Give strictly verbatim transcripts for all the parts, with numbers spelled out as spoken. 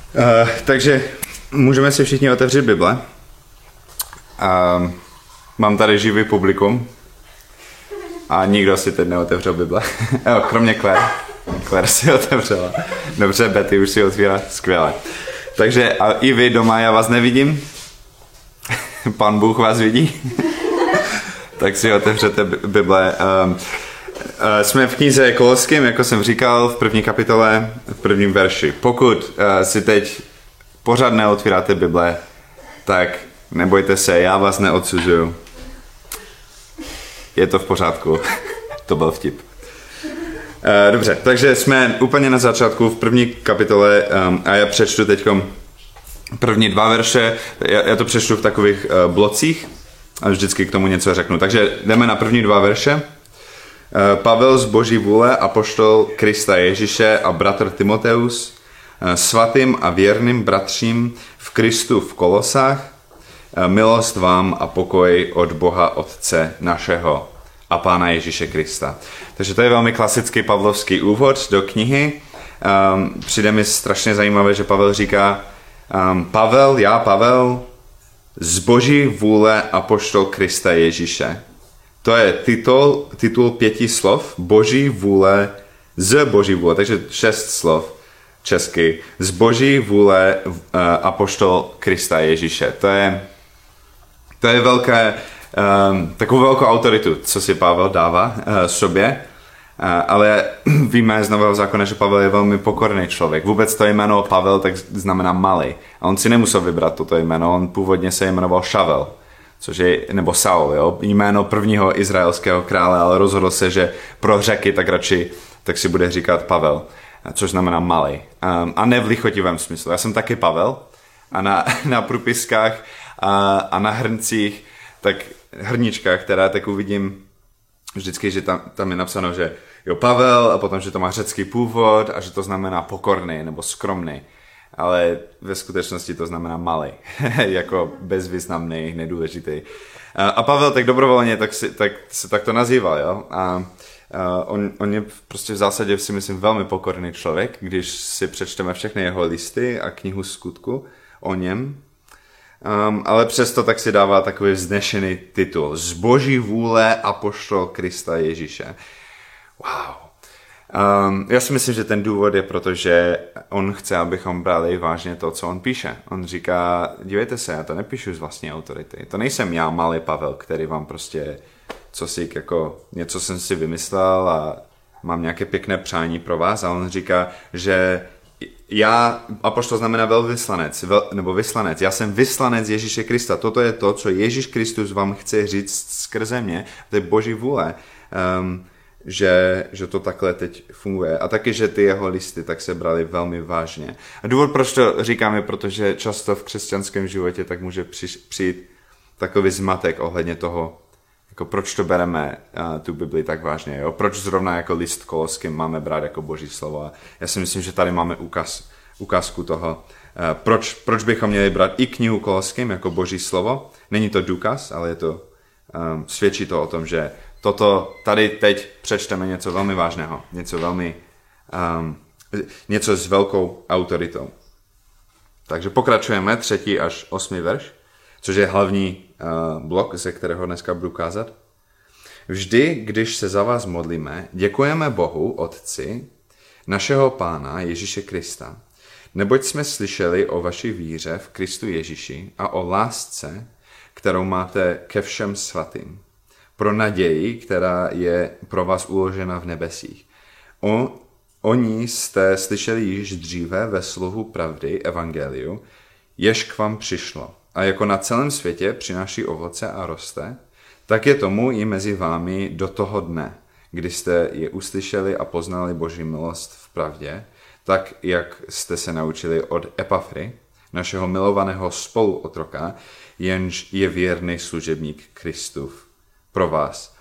Uh, takže můžeme si všichni otevřít Bible. Uh, mám tady živý publikum a nikdo si teď neotevřel Bible. Jo, kromě Claire. Claire si otevřela. Dobře, Betty už si otvírá. Skvěle. Takže a i vy doma, já vás nevidím. Pan Bůh vás vidí. Tak si otevřete Bible. Uh, uh, jsme v knize Koloským, jako jsem říkal, v první kapitole, v prvním verši. Pokud uh, si teď pořád neotvíráte Bible, tak nebojte se, já vás neodsuzuju. Je to v pořádku. To byl vtip. Uh, dobře, takže jsme úplně na začátku v první kapitole um, a já přečtu teďkom první dva verše. Já, já to přečtu v takových uh, blocích a vždycky k tomu něco řeknu. Takže jdeme na první dva verše. Uh, Pavel z Boží vůle, apoštol Krista Ježíše a bratr Timoteus, uh, svatým a věrným bratřím v Kristu v Kolosách, uh, milost vám a pokoj od Boha Otce našeho a Pána Ježíše Krista. Takže to je velmi klasický pavlovský úvod do knihy. Um, přijde mi strašně zajímavé, že Pavel říká um, Pavel, já Pavel, z Boží vůle apoštol Krista Ježíše. To je titul, titul pěti slov. Boží vůle, z Boží vůle, takže šest slov česky. Z Boží vůle uh, apoštol Krista Ježíše. To je, to je velké Um, takovou velkou autoritu, co si Pavel dává uh, sobě, uh, ale víme z Nového zákona, že Pavel je velmi pokorný člověk. Vůbec to jméno Pavel tak znamená malý. A on si nemusel vybrat toto jméno, on původně se jmenoval Šavel, což je, nebo Saul, jo? Jméno prvního izraelského krále, ale rozhodl se, že pro Řeky tak radši tak si bude říkat Pavel, což znamená malý. Um, a ne v lichotivém smyslu. Já jsem taky Pavel a na, na průpiskách a, a na hrncích tak hrnička, která tak uvidím vždycky, že tam, tam je napsáno, že jo Pavel a potom, že to má řecký původ a že to znamená pokorný nebo skromný. Ale ve skutečnosti to znamená malý, jako bezvýznamný, nedůležitý. A, a Pavel tak dobrovolně tak, si, tak se tak to nazýval, jo. A, a on, on je prostě v zásadě si myslím velmi pokorný člověk, když si přečteme všechny jeho listy a knihu Skutku o něm. Um, ale přesto tak si dává takový vznešený titul. Z Boží vůle apoštol Krista Ježíše. Wow. Um, já si myslím, že ten důvod je proto, že on chce, abychom brali vážně to, co on píše. On říká, dívejte se, já to nepíšu z vlastní autority. To nejsem já, malý Pavel, který vám prostě co si jako něco jsem si vymyslel a mám nějaké pěkné přání pro vás. A on říká, že já, apoštol znamená velvyslanec, vel, nebo vyslanec, já jsem vyslanec Ježíše Krista. Toto je to, co Ježíš Kristus vám chce říct skrze mě. To je Boží vůle, um, že, že to takhle teď funguje. A taky, že ty jeho listy tak se brali velmi vážně. A důvod, proč to říkám, je, protože často v křesťanském životě tak může přijít takový zmatek ohledně toho, jako proč to bereme uh, tu Bibli tak vážně, jo? Proč zrovna jako list Koloským máme brát jako Boží slovo. A já si myslím, že tady máme ukaz, ukázku toho, uh, proč, proč bychom měli brát i knihu Koloským jako Boží slovo. Není to důkaz, ale je to, um, svědčí to o tom, že toto tady teď přečteme něco velmi vážného, něco velmi, um, něco s velkou autoritou. Takže pokračujeme, třetí až osmý verš, což je hlavní uh, blok, ze kterého dneska budu kázat. Vždy, když se za vás modlíme, děkujeme Bohu, Otci, našeho Pána Ježíše Krista, neboť jsme slyšeli o vaší víře v Kristu Ježíši a o lásce, kterou máte ke všem svatým, pro naději, která je pro vás uložena v nebesích. O, o ní jste slyšeli již dříve ve slovu pravdy, evangeliu, jež k vám přišlo. A jako na celém světě přináší ovoce a roste, tak je tomu i mezi vámi do toho dne, kdy jste je uslyšeli a poznali Boží milost v pravdě, tak jak jste se naučili od Epafry, našeho milovaného spoluotroka, jenž je věrný služebník Kristův pro vás.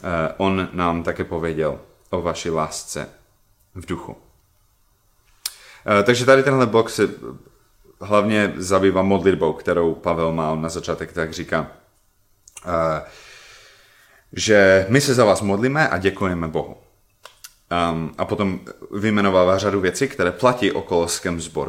On nám také pověděl o vaší lásce v duchu. Takže tady tenhle blok se hlavně zabývá modlitbou, kterou Pavel má na začátek, tak říká, že my se za vás modlíme a děkujeme Bohu. Um, a potom vyjmenovává řadu věcí, které platí o Koloském sboru.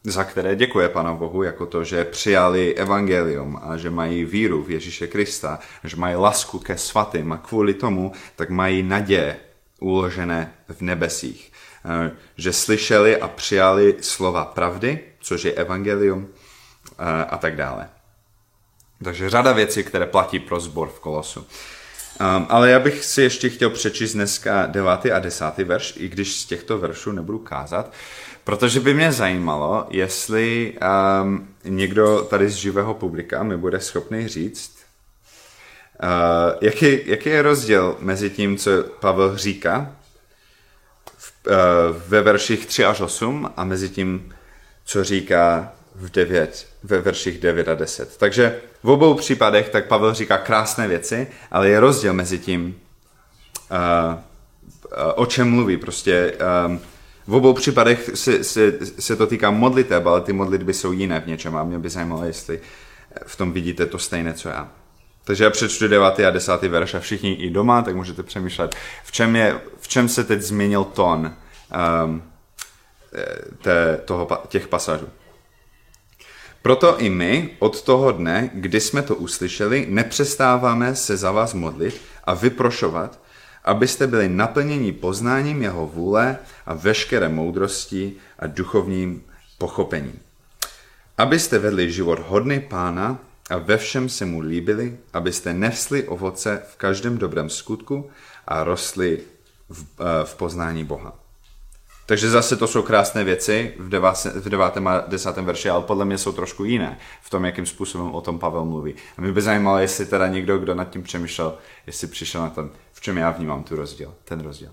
za které děkuje Pánu Bohu, jako to, že přijali evangelium a že mají víru v Ježíše Krista, že mají lásku ke svatým a kvůli tomu tak mají naděje uložené v nebesích. Že slyšeli a přijali slova pravdy, což je evangelium a tak dále. Takže řada věcí, které platí pro sbor v Kolosu. Um, ale já bych si ještě chtěl přečíst dneska devátý a desátý verš, i když z těchto veršů nebudu kázat, protože by mě zajímalo, jestli um, někdo tady z živého publika mi bude schopný říct, uh, jaký, jaký je rozdíl mezi tím, co Pavel říká v, uh, ve verších tři až osm a mezi tím, co říká v devět, ve verších devět a deset. Takže v obou případech tak Pavel říká krásné věci, ale je rozdíl mezi tím, uh, uh, o čem mluví. Prostě um, v obou případech se, se, se to týká modliteb, ale ty modlitby jsou jiné v něčem a mě by zajímalo, jestli v tom vidíte to stejné, co já. Takže já přečtu devátý a desátý verš a všichni i doma, tak můžete přemýšlet, v čem, je, v čem se teď změnil tón um, té, toho, těch pasážů. Proto i my od toho dne, kdy jsme to uslyšeli, nepřestáváme se za vás modlit a vyprošovat, abyste byli naplněni poznáním jeho vůle a veškeré moudrosti a duchovním pochopením. Abyste vedli život hodný Pána a ve všem se mu líbili, abyste nesli ovoce v každém dobrém skutku a rostli v, v poznání Boha. Takže zase to jsou krásné věci v devátém a desátém verši, ale podle mě jsou trošku jiné v tom, jakým způsobem o tom Pavel mluví. A mě by zajímalo, jestli teda někdo, kdo nad tím přemýšlel, jestli přišel na to, v čem já vnímám tu rozdíl, ten rozdíl.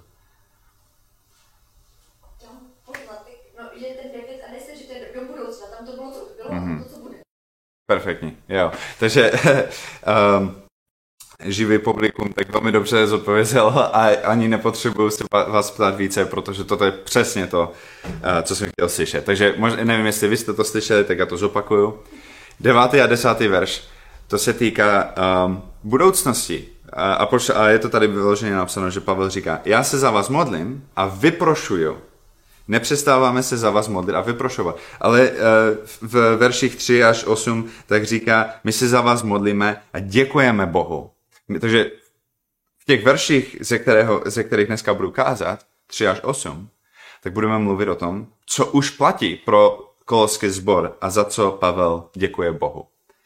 No, že ten devět a deset, že to je do budoucna, tam to bylo to, bylo mm-hmm. to, co bude. Perfektní, jo. Takže um, živý publikum tak velmi dobře zodpověděl a ani nepotřebuju si vás ptát více, protože toto je přesně to, co jsem chtěl slyšet. Takže možná, nevím, jestli vy jste to slyšeli, tak já to zopakuju. Devátý a desátý verš, to se týká um, budoucnosti. A, a, poš- a je to tady vyloženě napsáno, že Pavel říká, já se za vás modlím a vyprošuju. Nepřestáváme se za vás modlit a vyprošovat. Ale uh, v verších tři až osm tak říká, my se za vás modlíme a děkujeme Bohu. Takže v těch verších, ze, kterého, ze kterých dneska budu kázat, tři až osm, tak budeme mluvit o tom, co už platí pro koloský sbor a za co Pavel děkuje Bohu.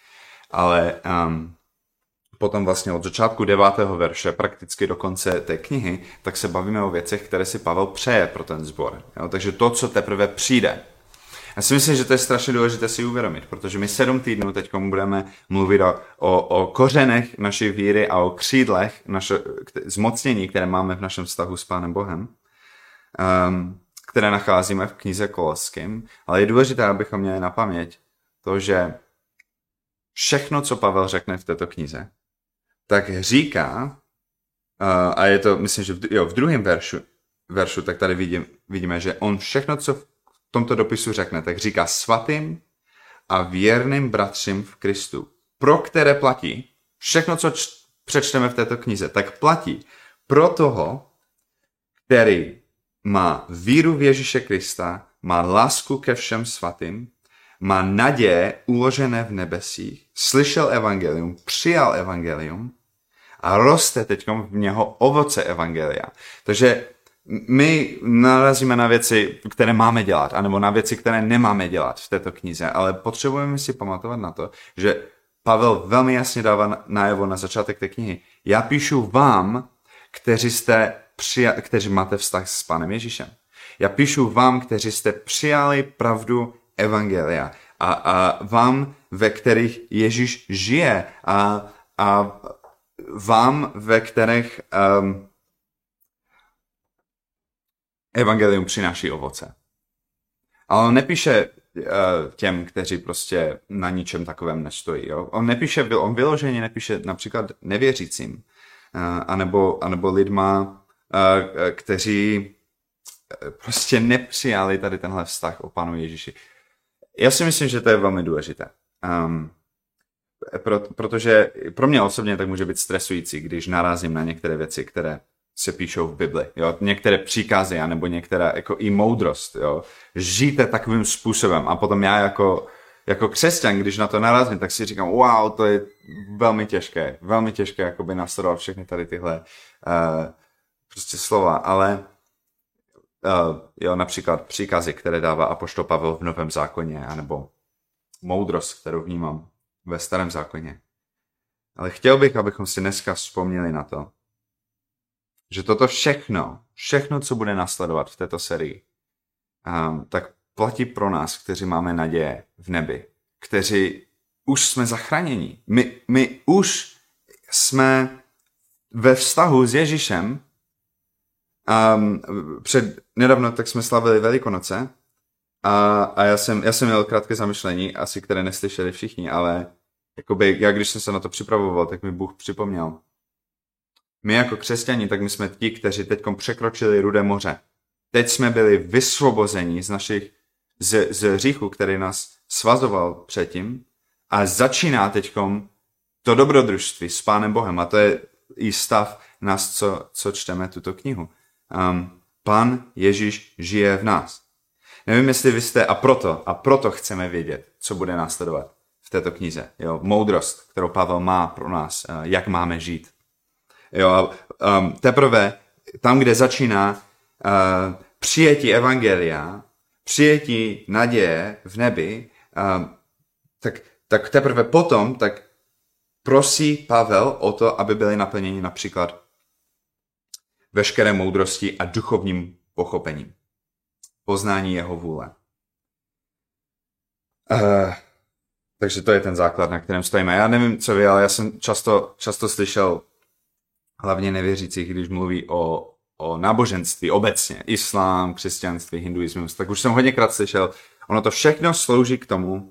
Ale um, potom vlastně od začátku devátého verše, prakticky do konce té knihy, tak se bavíme o věcech, které si Pavel přeje pro ten sbor. Jo? Takže to, co teprve přijde. Já si myslím, že to je strašně důležité si uvědomit, protože my sedm týdnů teď budeme mluvit o, o, o kořenech naší víry a o křídlech naše, zmocnění, které máme v našem vztahu s Pánem Bohem, um, které nacházíme v knize Koloským. Ale je důležité, abychom měli na paměť to, že všechno, co Pavel řekne v této knize, tak říká, uh, a je to, myslím, že v, jo, v druhém veršu, veršu, tak tady vidím, vidíme, že on všechno, co v tomto dopisu řekne, tak říká svatým a věrným bratřím v Kristu, pro které platí všechno, co č- přečteme v této knize, tak platí pro toho, který má víru v Ježíše Krista, má lásku ke všem svatým, má naděje uložené v nebesích, slyšel evangelium, přijal evangelium a roste teď v něho ovoce evangelia. Takže my narazíme na věci, které máme dělat, anebo na věci, které nemáme dělat v této knize, ale potřebujeme si pamatovat na to, že Pavel velmi jasně dává najevo na začátek té knihy. Já píšu vám, kteří, jste přija- kteří máte vztah s Pánem Ježíšem. Já píšu vám, kteří jste přijali pravdu evangelia a, a vám, ve kterých Ježíš žije a, a vám, ve kterých um, evangelium přináší ovoce. Ale on nepíše uh, těm, kteří prostě na ničem takovém nestojí. Jo? On nepíše, on vyloženě nepíše například nevěřícím, uh, anebo, anebo lidma, uh, kteří prostě nepřijali tady tenhle vztah o Pánu Ježíši. Já si myslím, že to je velmi důležité. Um, pro, protože pro mě osobně tak může být stresující, když narazím na některé věci, které se píšou v Bibli. Jo? Některé příkazy, nebo některá jako i moudrost. Jo? Žijte takovým způsobem. A potom já jako, jako křesťan, když na to narazím, tak si říkám, wow, to je velmi těžké. Velmi těžké jakoby nastudovat všechny tady tyhle uh, prostě slova. Ale uh, jo, například příkazy, které dává apoštol Pavel v Novém zákoně, anebo moudrost, kterou vnímám ve Starém zákoně. Ale chtěl bych, abychom si dneska vzpomněli na to, že toto všechno, všechno, co bude následovat v této sérii, um, tak platí pro nás, kteří máme naděje v nebi, kteří už jsme zachráněni. My, my už jsme ve vztahu s Ježíšem. Um, před nedávno tak jsme slavili Velikonoce a, a já, jsem, já jsem měl krátké zamyšlení, asi které neslyšeli všichni, ale jakoby, já když jsem se na to připravoval, tak mi Bůh připomněl. My jako křesťani, tak my jsme ti, kteří teď překročili Rudé moře. Teď jsme byli vysvobozeni z našich z, z hříchu, který nás svazoval předtím a začíná teď to dobrodružství s Pánem Bohem. A to je i stav nás, co, co čteme tuto knihu. Um, Pán Ježíš žije v nás. Nevím, jestli vy jste, a proto, a proto chceme vědět, co bude následovat v této knize. Jo? Moudrost, kterou Pavel má pro nás, uh, jak máme žít. Jo, um, teprve tam, kde začíná uh, přijetí evangelia, přijetí naděje v nebi, um, tak, tak teprve potom tak prosí Pavel o to, aby byli naplněni například veškeré moudrosti a duchovním pochopením. Poznání jeho vůle. Uh, takže to je ten základ, na kterém stojíme. Já nevím, co vy, ale já jsem často, často slyšel hlavně nevěřících, když mluví o, o náboženství obecně, islám, křesťanství, hinduismus, tak už jsem hodněkrát slyšel, ono to všechno slouží k tomu,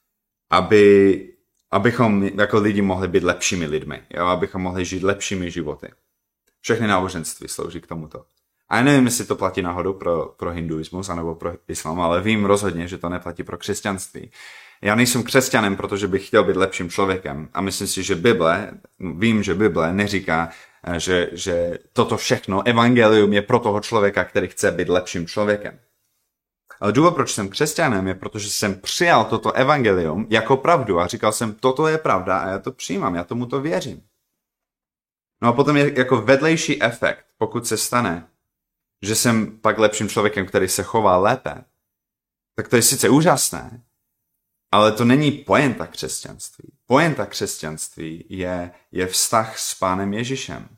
aby, abychom jako lidi mohli být lepšími lidmi, jo? Abychom mohli žít lepšími životy. Všechny náboženství slouží k tomuto. A já nevím, jestli to platí náhodou pro, pro hinduismus anebo pro islám, ale vím rozhodně, že to neplatí pro křesťanství. Já nejsem křesťanem, protože bych chtěl být lepším člověkem a myslím si, že Bible, vím, že Bible neříká, že, že toto všechno, evangelium je pro toho člověka, který chce být lepším člověkem. Ale důvod, proč jsem křesťanem, je, protože jsem přijal toto evangelium jako pravdu a říkal jsem, toto je pravda a já to přijímám, já tomu to věřím. No a potom je jako vedlejší efekt, pokud se stane, že jsem pak lepším člověkem, který se chová lépe, tak to je sice úžasné, ale to není pointa křesťanství. Pointa křesťanství je, je vztah s Pánem Ježíšem.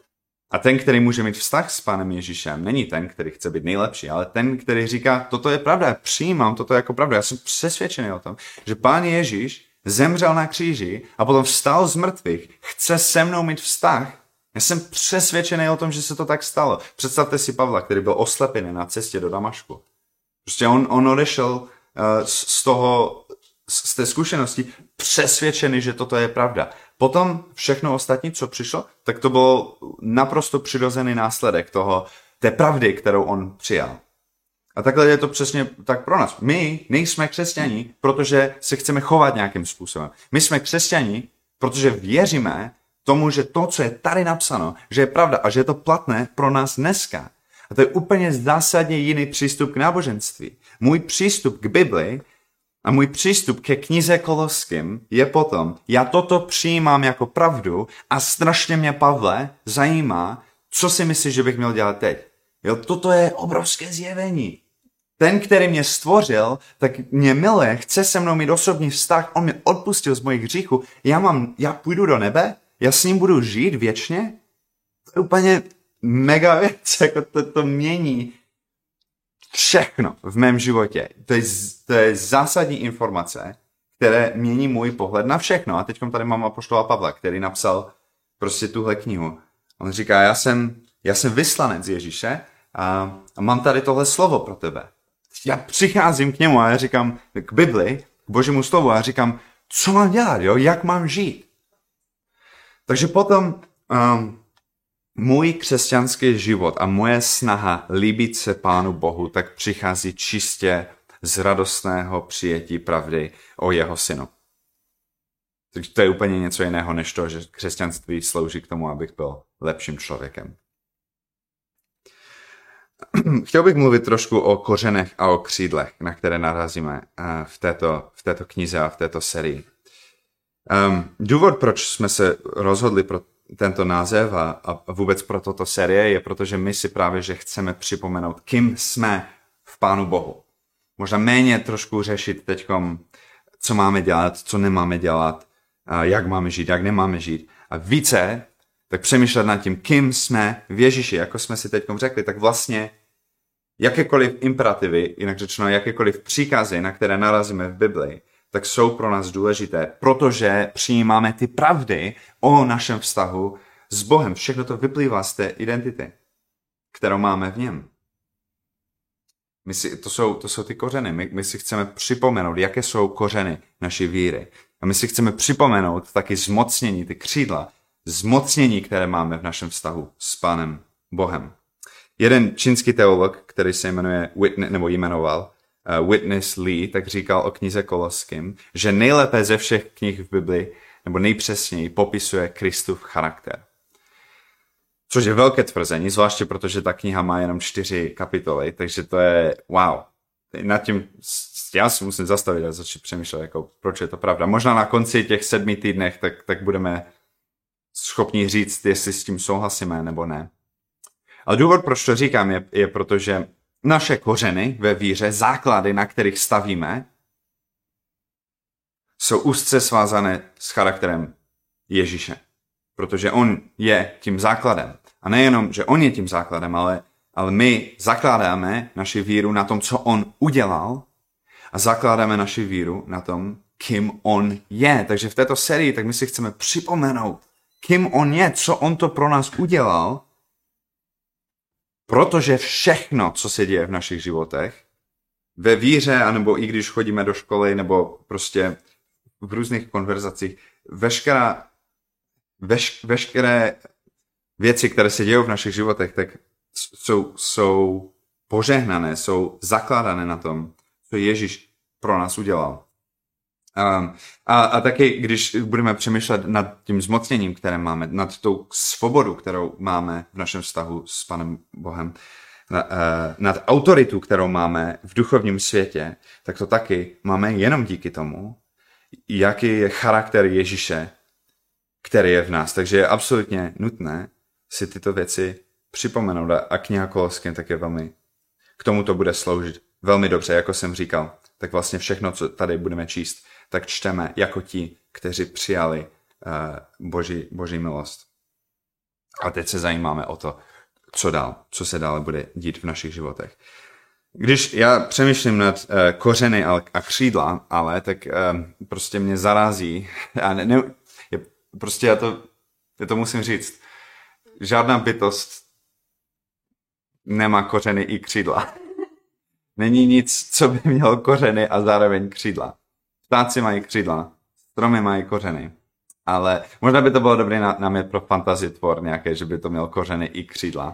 A ten, který může mít vztah s Pánem Ježíšem, není ten, který chce být nejlepší, ale ten, který říká, toto je pravda, já přijímám toto jako pravdu. Já jsem přesvědčený o tom, že Pán Ježíš zemřel na kříži a potom vstal z mrtvých, chce se mnou mít vztah. Já jsem přesvědčený o tom, že se to tak stalo. Představte si Pavla, který byl oslepený na cestě do Damašku. Prostě on, on odešel uh, z toho, z té zkušenosti přesvědčený, že toto je pravda. Potom všechno ostatní, co přišlo, tak to byl naprosto přirozený následek toho, té pravdy, kterou on přijal. A takhle je to přesně tak pro nás. My nejsme křesťani, protože se chceme chovat nějakým způsobem. My jsme křesťani, protože věříme tomu, že to, co je tady napsáno, že je pravda a že je to platné pro nás dneska. A to je úplně zásadně jiný přístup k náboženství. Můj přístup k Bibli a můj přístup ke knize Koloským je potom, já toto přijímám jako pravdu a strašně mě, Pavle, zajímá, co si myslíš, že bych měl dělat teď. Jo, toto je obrovské zjevení. Ten, který mě stvořil, tak mě miluje, chce se mnou mít osobní vztah, on mě odpustil z mojich hříchů, já, mám, já půjdu do nebe, já s ním budu žít věčně. To je úplně mega věc, jako to, to mění všechno v mém životě. To je, to je zásadní informace, které mění můj pohled na všechno. A teď tady mám apoštola Pavla, který napsal prostě tuhle knihu. On říká, já jsem, já jsem vyslanec Ježíše a, a mám tady tohle slovo pro tebe. Já přicházím k němu a já říkám k Bibli, k Božímu slovu a já říkám, co mám dělat, jo? Jak mám žít? Takže potom um, můj křesťanský život a moje snaha líbit se Pánu Bohu tak přichází čistě z radostného přijetí pravdy o jeho synu. Takže to je úplně něco jiného, než to, že křesťanství slouží k tomu, abych byl lepším člověkem. chtěl bych mluvit trošku o kořenech a o křídlech, na které narazíme v této, v této knize a v této sérii. Um, důvod, proč jsme se rozhodli pro tento název a, a vůbec pro toto série, je protože my si právě, že chceme připomenout, kým jsme v Pánu Bohu. Možná méně trošku řešit teďkom, co máme dělat, co nemáme dělat, jak máme žít, jak nemáme žít. A více, tak přemýšlet nad tím, kým jsme v Ježíši, jako jsme si teďkom řekli, tak vlastně jakékoliv imperativy, jinak řečeno jakékoliv příkazy, na které narazíme v Biblii, tak jsou pro nás důležité, protože přijímáme ty pravdy o našem vztahu s Bohem. Všechno to vyplývá z té identity, kterou máme v něm. My si, to, jsou, to jsou ty kořeny. My, my si chceme připomenout, jaké jsou kořeny naší víry. A my si chceme připomenout taky zmocnění, ty křídla, zmocnění, které máme v našem vztahu s Pánem Bohem. Jeden čínský teolog, který se jmenuje, nebo jmenoval, Uh, Witness Lee, tak říkal o knize Koloským, že nejlépe ze všech knih v Biblii, nebo nejpřesněji popisuje Kristův charakter. Což je velké tvrzení, zvláště protože ta kniha má jenom čtyři kapitoly, takže to je wow. Nad tím já si musím zastavit a začít přemýšlet, jako, proč je to pravda. Možná na konci těch sedmi týdnech tak, tak budeme schopni říct, jestli s tím souhlasíme nebo ne. Ale důvod, proč to říkám, je, je protože naše kořeny ve víře, základy, na kterých stavíme, jsou úzce svázané s charakterem Ježíše. Protože on je tím základem. A nejenom, že on je tím základem, ale, ale my zakládáme naši víru na tom, co on udělal a zakládáme naši víru na tom, kým on je. Takže v této sérii tak my si chceme připomenout, kým on je, co on to pro nás udělal, protože všechno, co se děje v našich životech, ve víře, anebo i když chodíme do školy, nebo prostě v různých konverzacích, veškerá, veš, veškeré věci, které se dějí v našich životech, tak jsou, jsou požehnané, jsou zakládané na tom, co Ježíš pro nás udělal. Um, a, a taky, když budeme přemýšlet nad tím zmocněním, které máme, nad tou svobodu, kterou máme v našem vztahu s Panem Bohem, na, uh, nad autoritu, kterou máme v duchovním světě, tak to taky máme jenom díky tomu, jaký je charakter Ježíše, který je v nás. Takže je absolutně nutné si tyto věci připomenout. A kniha Koloským tak je velmi, k tomu to bude sloužit velmi dobře, jako jsem říkal. Tak vlastně všechno, co tady budeme číst, tak čteme jako ti, kteří přijali uh, boží, boží milost. A teď se zajímáme o to, co dál, co se dále bude dít v našich životech. Když já přemýšlím nad uh, kořeny a, a křídla, ale tak uh, prostě mě zarazí, a ne, ne, je, prostě já to, já to musím říct, žádná bytost nemá kořeny i křídla. Není nic, co by mělo kořeny a zároveň křídla. Ptáci mají křídla, stromy mají kořeny, ale možná by to bylo dobrý námět pro fantazitvor nějaké, že by to mělo kořeny i křídla.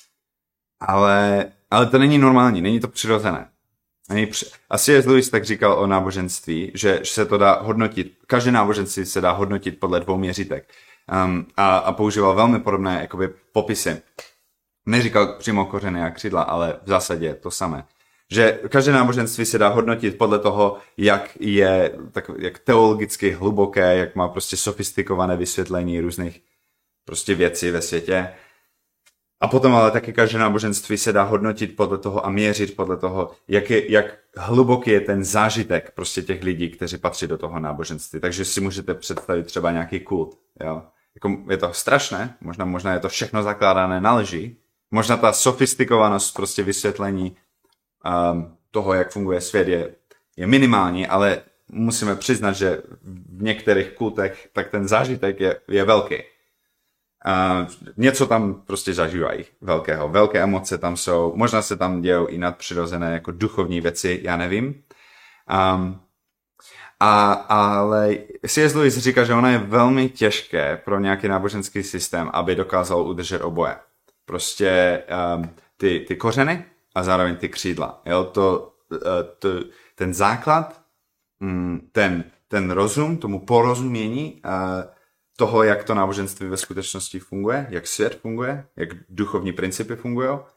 Ale, ale to není normální, není to přirozené. Není při... A C S Lewis tak říkal o náboženství, že, že se to dá hodnotit, každé náboženství se dá hodnotit podle dvou měřítek. Um, a, a používal velmi podobné jakoby, popisy. Neříkal přímo kořeny a křídla, ale v zásadě to samé. Že každé náboženství se dá hodnotit podle toho, jak je tak, jak teologicky hluboké, jak má prostě sofistikované vysvětlení různých prostě věcí ve světě. A potom ale taky každé náboženství se dá hodnotit podle toho a měřit podle toho, jak, je, jak hluboký je ten zážitek prostě těch lidí, kteří patří do toho náboženství. Takže si můžete představit třeba nějaký kult. Jo? Jako je to strašné, možná, možná je to všechno zakládané na lži, možná ta sofistikovanost prostě vysvětlení Um, toho, jak funguje svět, je, je minimální, ale musíme přiznat, že v některých kultech tak ten zážitek je, je velký. Uh, něco tam prostě zažívají velkého. Velké emoce tam jsou, možná se tam dějou i nadpřirozené jako duchovní věci, já nevím. Um, a, ale C S Lewis říká, že ono je velmi těžké pro nějaký náboženský systém, aby dokázal udržet oboje. Prostě um, ty, ty kořeny a zároveň ty křídla. Jo? To, to, ten základ, ten, ten rozum, tomu porozumění toho, jak to náboženství ve skutečnosti funguje, jak svět funguje, jak duchovní principy fungují.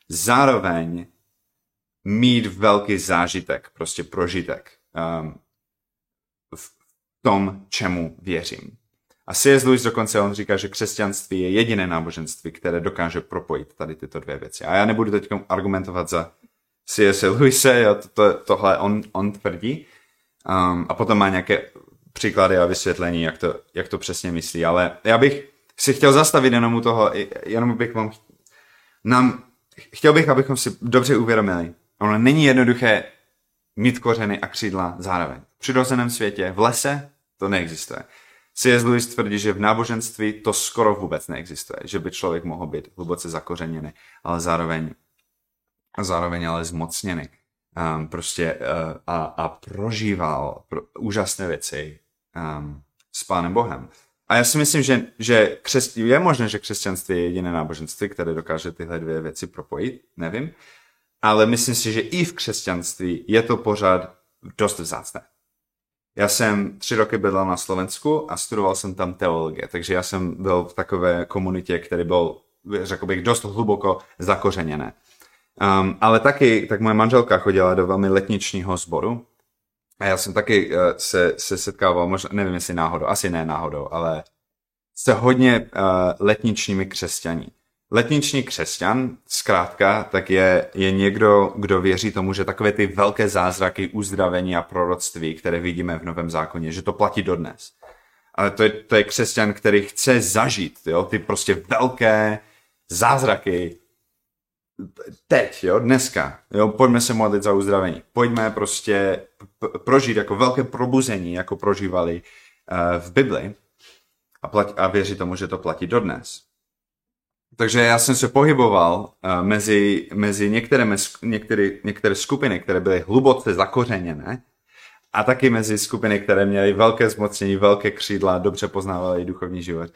zároveň mít velký zážitek, prostě prožitek um, v tom, čemu věřím. A C S. Lewis dokonce on říká, že křesťanství je jediné náboženství, které dokáže propojit tady tyto dvě věci. A já nebudu teď argumentovat za C S. Lewise, jo, to, to, tohle on, on tvrdí. Um, a potom má nějaké příklady a vysvětlení, jak to, jak to přesně myslí. Ale já bych si chtěl zastavit jenom u toho, jenom bych vám, nám, chtěl bych, abychom si dobře uvědomili. Ono není jednoduché mít kořeny a křídla zároveň. V přirozeném světě, v lese, to neexistuje. C S. Lewis tvrdí, že v náboženství to skoro vůbec neexistuje, že by člověk mohl být hluboce zakořeněný, ale zároveň, zároveň ale zmocněný. Um, prostě uh, a, a prožíval pro, úžasné věci um, s Pánem Bohem. A já si myslím, že, že křes, je možné, že křesťanství je jediné náboženství, které dokáže tyhle dvě věci propojit, nevím, ale myslím si, že i v křesťanství je to pořád dost vzácné. Já jsem tři roky bydlel na Slovensku a studoval jsem tam teologie, takže já jsem byl v takové komunitě, který byl, řekl bych, dost hluboko zakořeněné. Um, ale taky, tak moje manželka chodila do velmi letničního sboru a já jsem taky uh, se, se setkával, možná, nevím jestli náhodou, asi ne náhodou, ale se hodně uh, letničními křesťaní. Letniční křesťan, zkrátka, tak je, je někdo, kdo věří tomu, že takové ty velké zázraky, uzdravení a proroctví, které vidíme v Novém zákoně, že to platí dodnes. Ale to je, to je křesťan, který chce zažít, jo, ty prostě velké zázraky teď, jo, dneska, jo, pojďme se modlit za uzdravení, pojďme prostě p- prožít jako velké probuzení, jako prožívali uh, v Bibli a, plať, a věří tomu, že to platí dodnes. Takže já jsem se pohyboval uh, mezi, mezi některé, některé, některé skupiny, které byly hluboce zakořeněné a taky mezi skupiny, které měly velké zmocnění, velké křídla, dobře poznávaly duchovní život.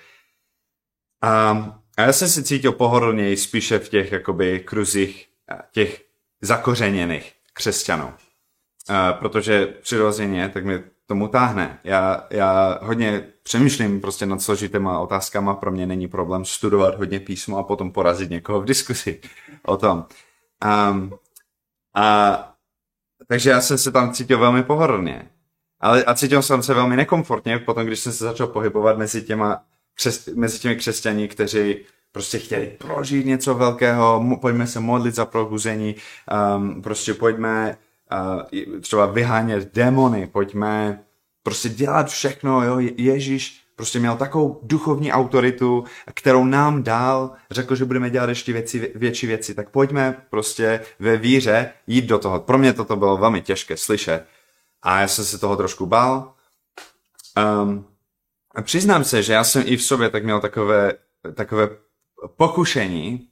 Um, A já jsem si cítil pohodlněji spíše v těch jakoby kruzích těch zakořeněných křesťanů. Uh, protože přirozeně tak mě tomu táhne. Já, já hodně přemýšlím prostě nad složitýma otázkama, pro mě není problém studovat hodně písmo a potom porazit někoho v diskusi o tom. Um, a takže já jsem se tam cítil velmi pohodlně. Ale a cítil jsem se velmi nekomfortně potom, když jsem se začal pohybovat mezi těma Křes, mezi těmi křesťaní, kteří prostě chtěli prožít něco velkého, pojďme se modlit za probuzení, um, prostě pojďme uh, třeba vyhánět démony, pojďme prostě dělat všechno, jo, Ježíš prostě měl takovou duchovní autoritu, kterou nám dal, řekl, že budeme dělat ještě věci, větší věci, tak pojďme prostě ve víře jít do toho. Pro mě toto bylo velmi těžké slyšet a já jsem se toho trošku bál. Um, A přiznám se, že já jsem i v sobě tak měl takové, takové pokušení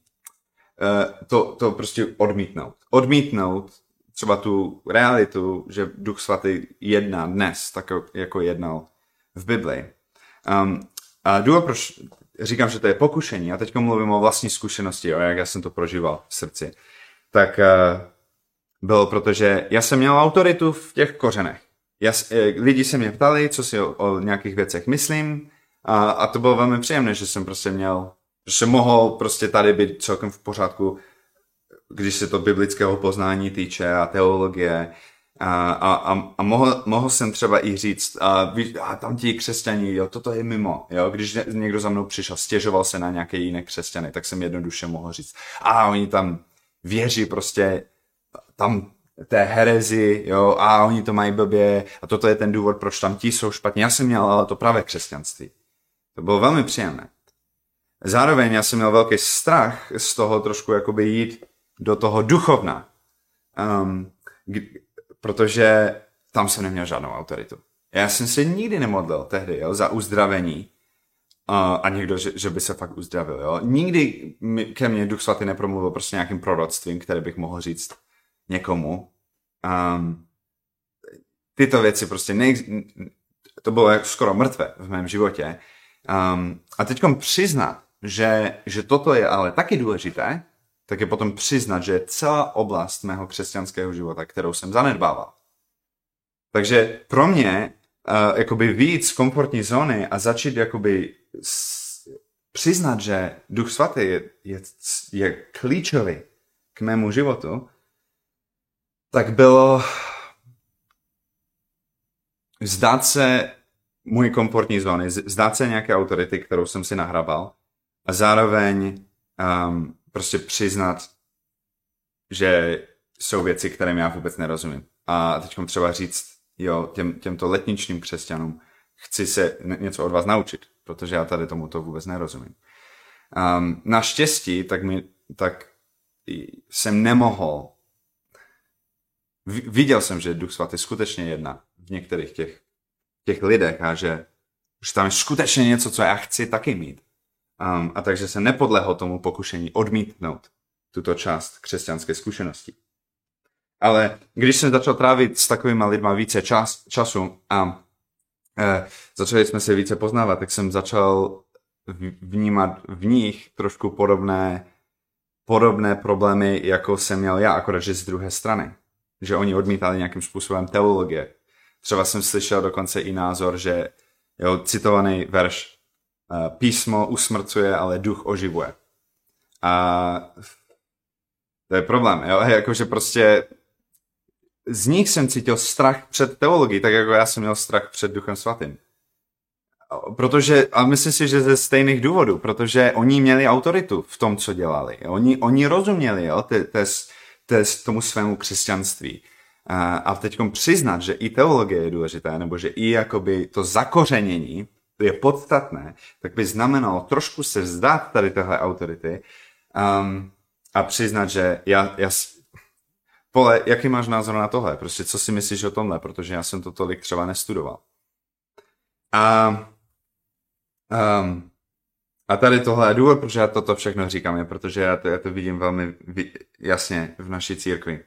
to, to prostě odmítnout. Odmítnout třeba tu realitu, že Duch Svatý jedná dnes, tak jako jednal v Bibli. Um, a důvod, proč říkám, že to je pokušení, a teď mluvím o vlastní zkušenosti, o jak já jsem to prožíval v srdci, tak uh, bylo, protože já jsem měl autoritu v těch kořenech. Já, lidi se mě ptali, co si o, o nějakých věcech myslím a, a to bylo velmi příjemné, že jsem prostě měl, že jsem mohl prostě tady být celkem v pořádku, když se to biblického poznání týče a teologie a, a, a, a mohl, mohl jsem třeba i říct a, a tam ti křesťaní, jo, toto je mimo, jo, když někdo za mnou přišel, stěžoval se na nějaké jiné křesťany, tak jsem jednoduše mohl říct a oni tam věří prostě tam té herezi, jo, a oni to mají blbě a toto je ten důvod, proč tam ti jsou špatně. Já jsem měl ale to pravé křesťanství. To bylo velmi příjemné. Zároveň já jsem měl velký strach z toho trošku jakoby jít do toho duchovna, um, k- protože tam jsem neměl žádnou autoritu. Já jsem se nikdy nemodlil tehdy, jo, za uzdravení uh, a někdo, že, že by se fakt uzdravil, jo. Nikdy mi, ke mně Duch Svatý nepromluvil prostě nějakým proroctvím, které bych mohl říct někomu. Um, tyto věci prostě neex... to bylo jak skoro mrtvé v mém životě. Um, a teďkom přiznat, že, že toto je ale taky důležité, tak je potom přiznat, že je celá oblast mého křesťanského života, kterou jsem zanedbával. Takže pro mě uh, jakoby víc z komfortní zóny a začít jakoby s... přiznat, že Duch Svatý je, je, je klíčový k mému životu, tak bylo vzdát se můj komfortní zóny, vzdát se nějaké autority, kterou jsem si nahrabal a zároveň um, prostě přiznat, že jsou věci, kterým já vůbec nerozumím. A teď třeba říct, jo, těm, těmto letničním křesťanům chci se něco od vás naučit, protože já tady tomu to vůbec nerozumím. Um, naštěstí, tak, mi, tak jsem nemohl. Viděl jsem, že Duch Svatý skutečně jedná v některých těch, těch lidech a že, že tam je skutečně něco, co já chci taky mít. Um, a takže se nepodlehl tomu pokušení odmítnout tuto část křesťanské zkušenosti. Ale když jsem začal trávit s takovýma lidma více čas, času a e, začali jsme se více poznávat, tak jsem začal vnímat v nich trošku podobné, podobné problémy, jako jsem měl já, akorát že z druhé strany. Že oni odmítali nějakým způsobem teologie. Třeba jsem slyšel dokonce i názor, že jo, citovaný verš e, písmo usmrcuje, ale duch oživuje. A to je problém, jo, jakože prostě z nich jsem cítil strach před teologií, tak jako já jsem měl strach před Duchem Svatým. Protože, a myslím si, že ze stejných důvodů, protože oni měli autoritu v tom, co dělali. Oni, oni rozuměli, jo, te, te, te, tomu svému křesťanství. A, a teďkom přiznat, že i teologie je důležitá, nebo že i jakoby to zakořenění je podstatné, tak by znamenalo trošku se vzdát tady téhle autority um, a přiznat, že já, já Pole, jaký máš názor na tohle? Prostě co si myslíš o tomhle? Protože já jsem to tolik třeba nestudoval. A, um, a tady tohle je důvod, protože já toto všechno říkám, je, protože já to, já to vidím velmi jasně v naší církvi.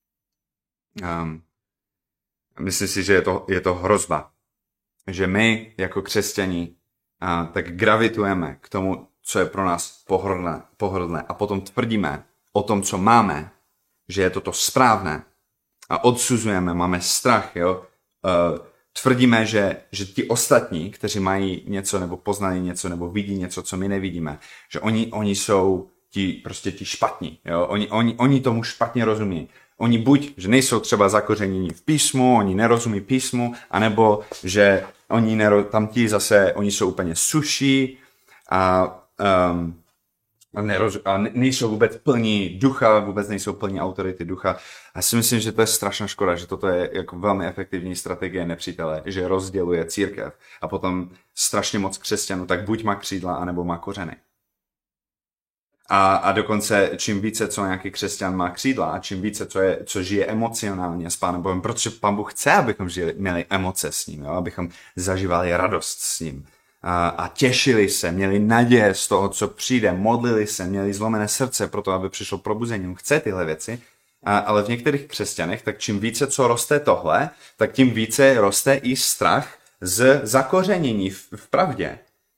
Um, myslím si, že je to, je to hrozba. Že my jako křesťaní uh, tak gravitujeme k tomu, co je pro nás pohodlné, pohodlné a potom tvrdíme o tom, co máme, že je toto správné a odsuzujeme, máme strach, jo. Uh, tvrdíme, že, že ti ostatní, kteří mají něco nebo poznají něco nebo vidí něco, co my nevidíme, že oni, oni jsou ti, prostě ti špatní, jo. Oni, oni, oni tomu špatně rozumí. Oni buď, že nejsou třeba zakořenění v písmu, oni nerozumí písmu, anebo že oni nero, tam ti zase, oni jsou úplně suší a um, A, neroz, a nejsou vůbec plní ducha, vůbec nejsou plní autority ducha. A si myslím, že to je strašná škoda, že toto je jako velmi efektivní strategie nepřítele, že rozděluje církev a potom strašně moc křesťanů, tak buď má křídla, anebo má kořeny. A, a dokonce čím více, co nějaký křesťan má křídla a čím více, co, je, co žije emocionálně s Pánem Bohem, protože Pán Bůh chce, abychom žili, měli emoce s ním, jo? Abychom zažívali radost s ním. A, a těšili se, měli naděje z toho, co přijde, modlili se, měli zlomené srdce pro to, aby přišlo probuzení. On chce tyhle věci, a, ale v některých křesťanech, tak čím více, co roste tohle, tak tím více roste i strach z zakořenění v, v pravdě.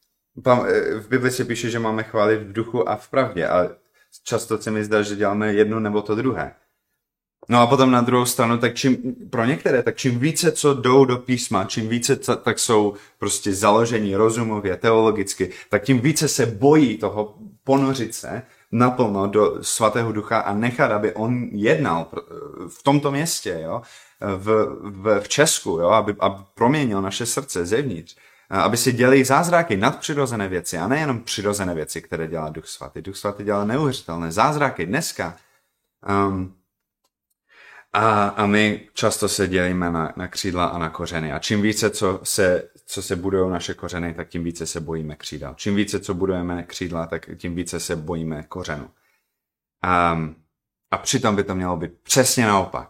V Bibli se píše, že máme chválit v duchu a v pravdě, ale často se mi zdá, že děláme jedno nebo to druhé. No a potom na druhou stranu, tak čím, pro některé, tak čím více, co jdou do písma, čím více, co, tak jsou prostě založení rozumově, teologicky, tak tím více se bojí toho ponořit se naplno do svatého ducha a nechat, aby on jednal v tomto městě, jo, v, v, v Česku, jo, aby, aby proměnil naše srdce zevnitř, aby si dělali zázraky, nadpřirozené věci a nejenom přirozené věci, které dělá Duch Svatý. Duch Svatý dělá neuvěřitelné zázraky dneska. Um, A, a my často se dělíme na, na křídla a na kořeny. A čím více, co se, co se budují naše kořeny, tak tím více se bojíme křídla. Čím více, co budujeme křídla, tak tím více se bojíme kořenu. A, a přitom by to mělo být přesně naopak.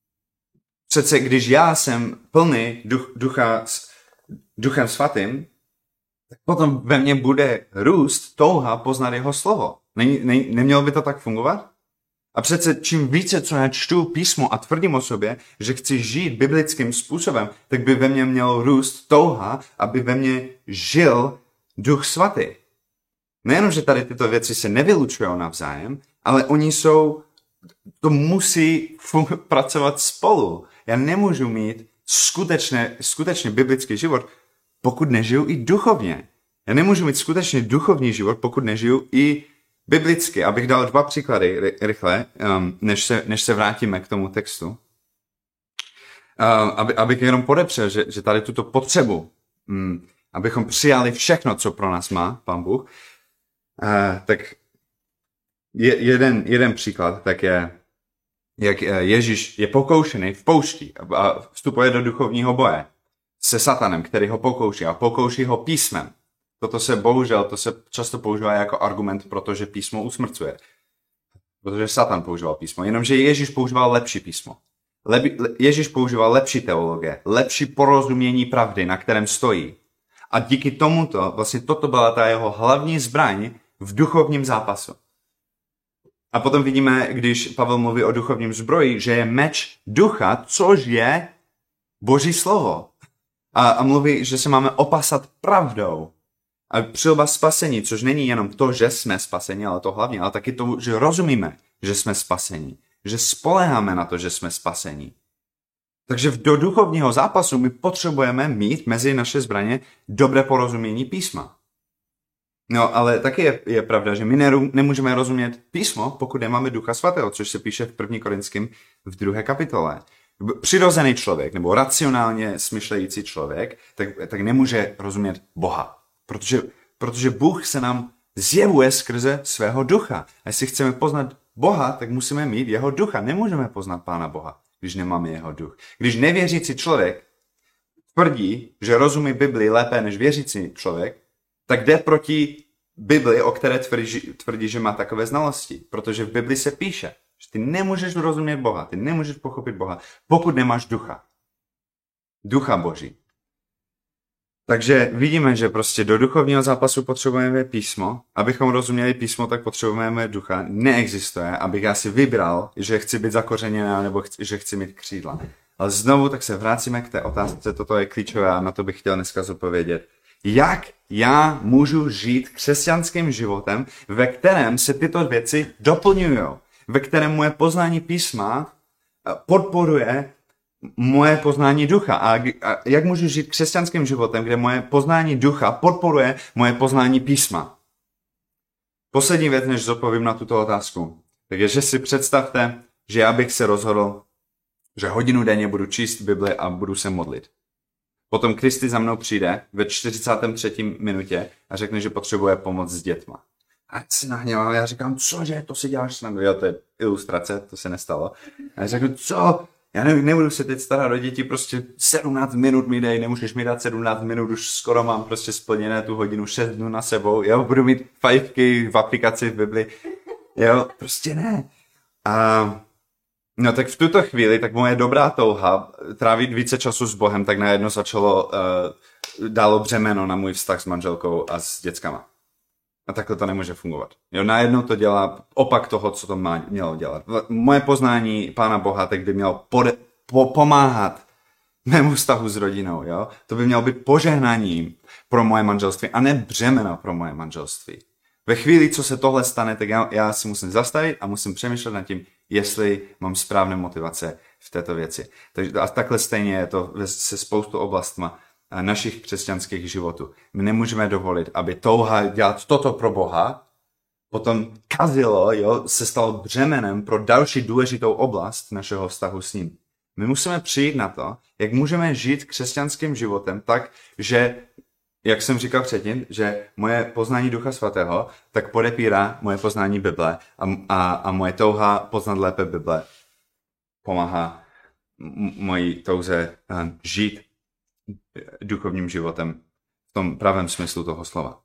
Přece když já jsem plný duch, ducha, duchem svatým, tak potom ve mně bude růst touha poznat jeho slovo. Není, ne, nemělo by to tak fungovat? A přece čím více, co já čtu písmo a tvrdím o sobě, že chci žít biblickým způsobem, tak by ve mně měl růst touha, aby ve mně žil Duch Svatý. Nejenom, že tady tyto věci se nevylučují navzájem, ale oni jsou, to musí fun- pracovat spolu. Já nemůžu mít skutečně, skutečně biblický život, pokud nežiju i duchovně. Já nemůžu mít skutečně duchovní život, pokud nežiju i biblicky, abych dal dva příklady rychle, um, než, se, než se vrátíme k tomu textu, um, aby, abych jenom podepřel, že, že tady tuto potřebu, um, abychom přijali všechno, co pro nás má Pán Bůh, uh, tak je, jeden, jeden příklad, tak je, jak Ježíš je pokoušený v poušti a vstupuje do duchovního boje se satanem, který ho pokouší a pokouší ho písmem. Toto se bohužel, to se často používá jako argument, protože písmo usmrcuje. Protože Satan používal písmo. Jenomže Ježíš používal lepší písmo. Lebi, Ježíš používal lepší teologie, lepší porozumění pravdy, na kterém stojí. A díky tomuto, vlastně toto byla ta jeho hlavní zbraň v duchovním zápasu. A potom vidíme, když Pavel mluví o duchovním zbroji, že je meč ducha, což je Boží slovo. A, a mluví, že se máme opasat pravdou. A přilba spasení, což není jenom to, že jsme spaseni, ale to hlavně, ale taky to, že rozumíme, že jsme spaseni. Že spoléháme na to, že jsme spaseni. Takže do duchovního zápasu my potřebujeme mít mezi naše zbraně dobré porozumění písma. No, ale taky je, je pravda, že my neru, nemůžeme rozumět písmo, pokud nemáme Ducha Svatého, což se píše v první Korinským v druhé kapitole. Přirozený člověk, nebo racionálně smyšlející člověk, tak, tak nemůže rozumět Boha. Protože, protože Bůh se nám zjevuje skrze svého ducha. A jestli chceme poznat Boha, tak musíme mít jeho ducha. Nemůžeme poznat Pána Boha, když nemáme jeho duch. Když nevěřící člověk tvrdí, že rozumí Bibli lépe než věřící člověk, tak jde proti Bibli, o které tvrdí, tvrdí, že má takové znalosti. Protože v Bibli se píše, že ty nemůžeš rozumět Boha, ty nemůžeš pochopit Boha, pokud nemáš ducha. Ducha Boží. Takže vidíme, že prostě do duchovního zápasu potřebujeme písmo. Abychom rozuměli písmo, tak potřebujeme ducha. Neexistuje, abych já si vybral, že chci být zakořeněná nebo chci, že chci mít křídla. Ale znovu tak se vracíme k té otázce, toto je klíčové a na to bych chtěl dneska zodpovědět. Jak já můžu žít křesťanským životem, ve kterém se tyto věci doplňují, ve kterém moje poznání písma podporuje moje poznání ducha. A jak můžu žít křesťanským životem, kde moje poznání ducha podporuje moje poznání písma? Poslední věc, než zodpovím na tuto otázku, tak je, že si představte, že já bych se rozhodl, že hodinu denně budu číst Bibli a budu se modlit. Potom Kristy za mnou přijde ve čtyřicáté třetí minutě a řekne, že potřebuje pomoc s dětma. A já se nahněvám, já říkám, cože, to si děláš snadno. Jo, to je ilustrace, to se nestalo. A já řeknu, co? Já ne, nebudu se teď starat o děti, prostě sedmnáct minut mi dej, nemůžeš mi dát sedmnáct minut, už skoro mám prostě splněné tu hodinu, šest dnů na sebou, jo, budu mít fajfky v aplikaci v Bibli, jo, prostě ne. A no tak v tuto chvíli, tak moje dobrá touha trávit více času s Bohem, tak najednou začalo, uh, dalo břemeno na můj vztah s manželkou a s dětskama. A takhle to nemůže fungovat. Jo, najednou to dělá opak toho, co to má, mělo dělat. Moje poznání Pána Boha tak by mělo pode, po, pomáhat mému vztahu s rodinou. Jo? To by mělo být požehnáním pro moje manželství a ne břemeno pro moje manželství. Ve chvíli, co se tohle stane, tak já, já si musím zastavit a musím přemýšlet nad tím, jestli mám správné motivace v této věci. Takže a takhle stejně je to se spoustu oblastma našich křesťanských životů. My nemůžeme dovolit, aby touha dělat toto pro Boha potom kazilo, jo, se stalo břemenem pro další důležitou oblast našeho vztahu s ním. My musíme přijít na to, jak můžeme žít křesťanským životem tak, že, jak jsem říkal předtím, že moje poznání Ducha Svatého tak podepírá moje poznání Bible a, a, a moje touha poznat lépe Bible pomáhá m- mojí touze uh, žít duchovním životem v tom pravém smyslu toho slova.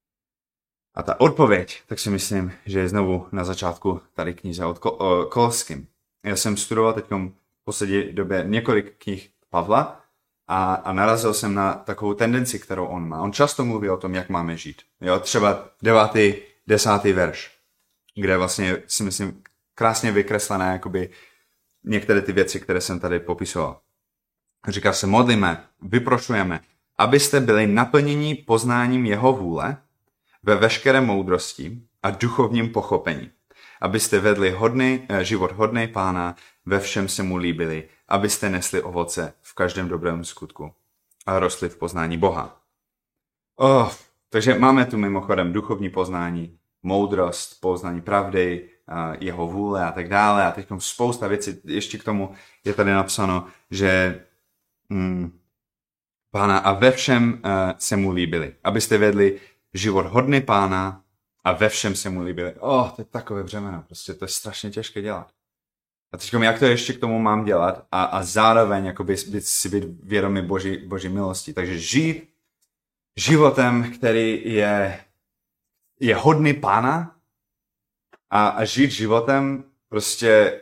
A ta odpověď, tak si myslím, že je znovu na začátku tady knize od Koloským. Já jsem studoval teď v poslední době několik knih Pavla a, a narazil jsem na takovou tendenci, kterou on má. On často mluví o tom, jak máme žít. Jo, třeba devátý, desátý verš, kde vlastně si myslím krásně vykreslené jakoby některé ty věci, které jsem tady popisoval. Říká se, modlíme, vyprošujeme, abyste byli naplněni poznáním jeho vůle ve veškeré moudrosti a duchovním pochopení. Abyste vedli hodný, život hodný Pána, ve všem se mu líbili, abyste nesli ovoce v každém dobrém skutku a rostli v poznání Boha. Oh, takže máme tu mimochodem duchovní poznání moudrost, poznání pravdy, jeho vůle a tak dále. A teď spousta věcí, ještě k tomu je tady napsáno, že mm, Pána a ve všem uh, se mu líbili. Abyste vedli život hodný Pána a ve všem se mu líbili. Oh, to je takové břemeno, prostě to je strašně těžké dělat. A teď jak to ještě k tomu mám dělat a, a zároveň jakoby, být, si být vědomý Boží, Boží milosti. Takže žít životem, který je, je hodný Pána a, a žít životem prostě,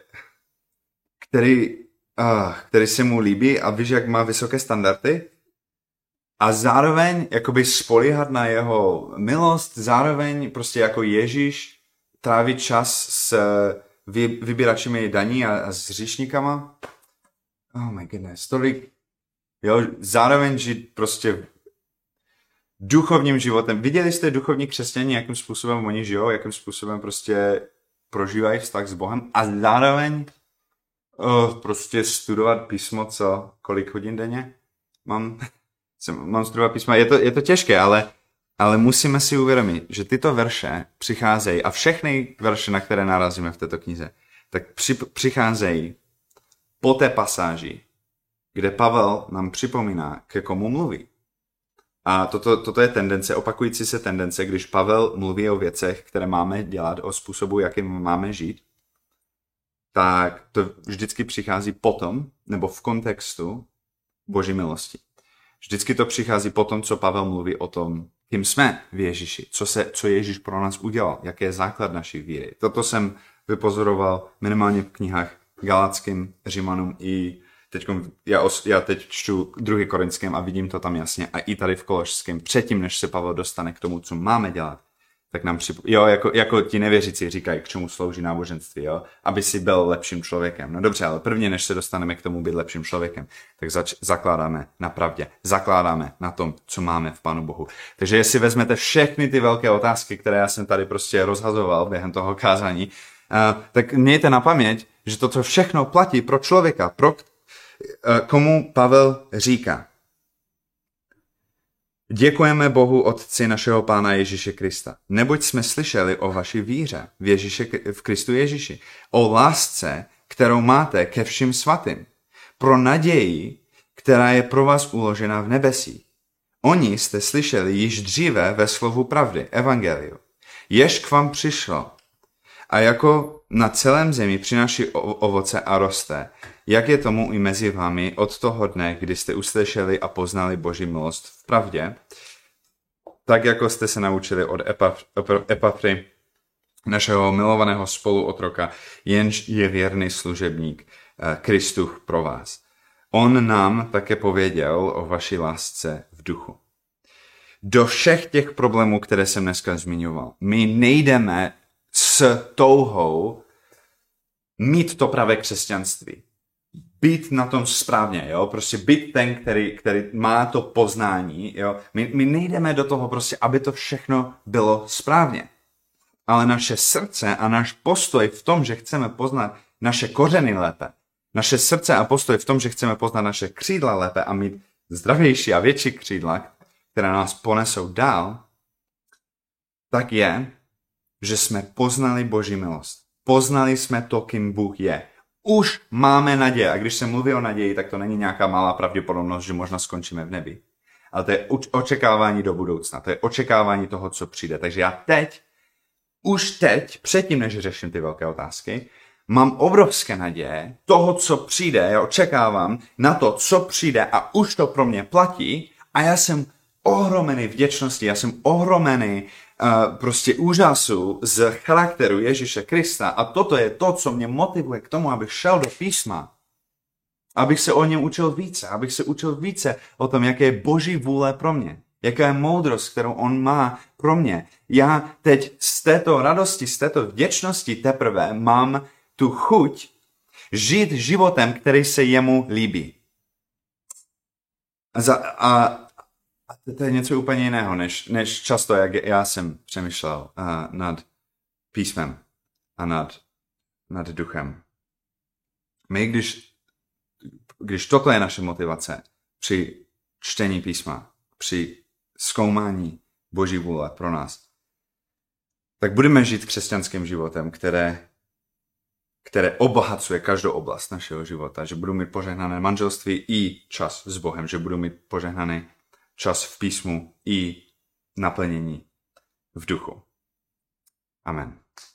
který, uh, který se mu líbí a víš, jak má vysoké standardy a zároveň jakoby spolíhat na jeho milost, zároveň prostě jako Ježíš trávit čas s vy, vybíračimi daní a, a s hříšníkama. Oh my goodness, tolik, jo, zároveň žít prostě duchovním životem. Viděli jste duchovní křesťané, jakým způsobem oni žijou, jakým způsobem prostě prožívají vztah s Bohem a zároveň oh, prostě studovat písmo, co, kolik hodin denně mám, mám studovat písmo. Je to, je to těžké, ale, ale musíme si uvědomit, že tyto verše přicházejí a všechny verše, na které narazíme v této knize, tak při, přicházejí po té pasáži, kde Pavel nám připomíná, ke komu mluví. A toto, toto je tendence, opakující se tendence, když Pavel mluví o věcech, které máme dělat, o způsobu, jakým máme žít, tak to vždycky přichází potom, nebo v kontextu Boží milosti. Vždycky to přichází potom, co Pavel mluví o tom, kým jsme v Ježíši, co, se, co Ježíš pro nás udělal, jaký je základ naší víry. Toto jsem vypozoroval minimálně v knihách Galackým, Římanům i teď, já, já teď čtu druhý Korinském a vidím to tam jasně a i tady v Kološském, předtím, než se Pavel dostane k tomu, co máme dělat, tak nám připo... jo, jako, jako ti nevěřící říkají, k čemu slouží náboženství, jo, aby si byl lepším člověkem. No dobře, ale prvně, než se dostaneme k tomu být lepším člověkem, tak zač- zakládáme na pravdě, zakládáme na tom, co máme v Pánu Bohu. Takže jestli vezmete všechny ty velké otázky, které já jsem tady prostě rozhazoval během toho kázání, uh, tak mějte na paměť, že toto všechno platí pro člověka, pro komu Pavel říká. Děkujeme Bohu Otci našeho Pána Ježíše Krista, neboť jsme slyšeli o vaší víře v, Ježíše, v Kristu Ježíši, o lásce, kterou máte ke všem svatým, pro naději, která je pro vás uložena v nebesích. Oni jste slyšeli již dříve ve slovu pravdy, evangeliu, jež k vám přišlo a jako na celém zemi přináší ovoce a roste, jak je tomu i mezi vámi od toho dne, kdy jste uslyšeli a poznali Boží milost v pravdě, tak jako jste se naučili od Epafry, našeho milovaného spoluotroka, jenž je věrný služebník Kristův pro vás. On nám také pověděl o vaší lásce v duchu. Do všech těch problémů, které jsem dneska zmiňoval, my nejdeme s touhou mít to pravé křesťanství. Být na tom správně, jo, prostě být ten, který, který má to poznání, jo. My, my nejdeme do toho prostě, aby to všechno bylo správně. Ale naše srdce a náš postoj v tom, že chceme poznat naše kořeny lépe, naše srdce a postoj v tom, že chceme poznat naše křídla lépe a mít zdravější a větší křídla, které nás ponesou dál, tak je, že jsme poznali Boží milost. Poznali jsme to, kým Bůh je. Už máme naději. A když se mluví o naději, tak to není nějaká malá pravděpodobnost, že možná skončíme v nebi. Ale to je očekávání do budoucna. To je očekávání toho, co přijde. Takže já teď, už teď, předtím, než řeším ty velké otázky, mám obrovské naděje toho, co přijde. Já očekávám na to, co přijde a už to pro mě platí. A já jsem ohromený vděčnosti, já jsem ohromený Uh, prostě úžasu z charakteru Ježíše Krista a toto je to, co mě motivuje k tomu, abych šel do písma. Abych se o něm učil více, abych se učil více o tom, jaké je Boží vůle pro mě. Jaká je moudrost, kterou on má pro mě. Já teď z této radosti, z této vděčnosti teprve mám tu chuť žít životem, který se jemu líbí. A, za, a A to je něco úplně jiného, než, než často, jak já jsem přemýšlel uh, nad písmem a nad, nad duchem. My, když, když toto je naše motivace při čtení písma, při zkoumání Boží vůle pro nás, tak budeme žít křesťanským životem, které, které obohacuje každou oblast našeho života. Že budu mít požehnané manželství i čas s Bohem. Že budu mít požehnaný čas v písmu i naplnění v duchu. Amen.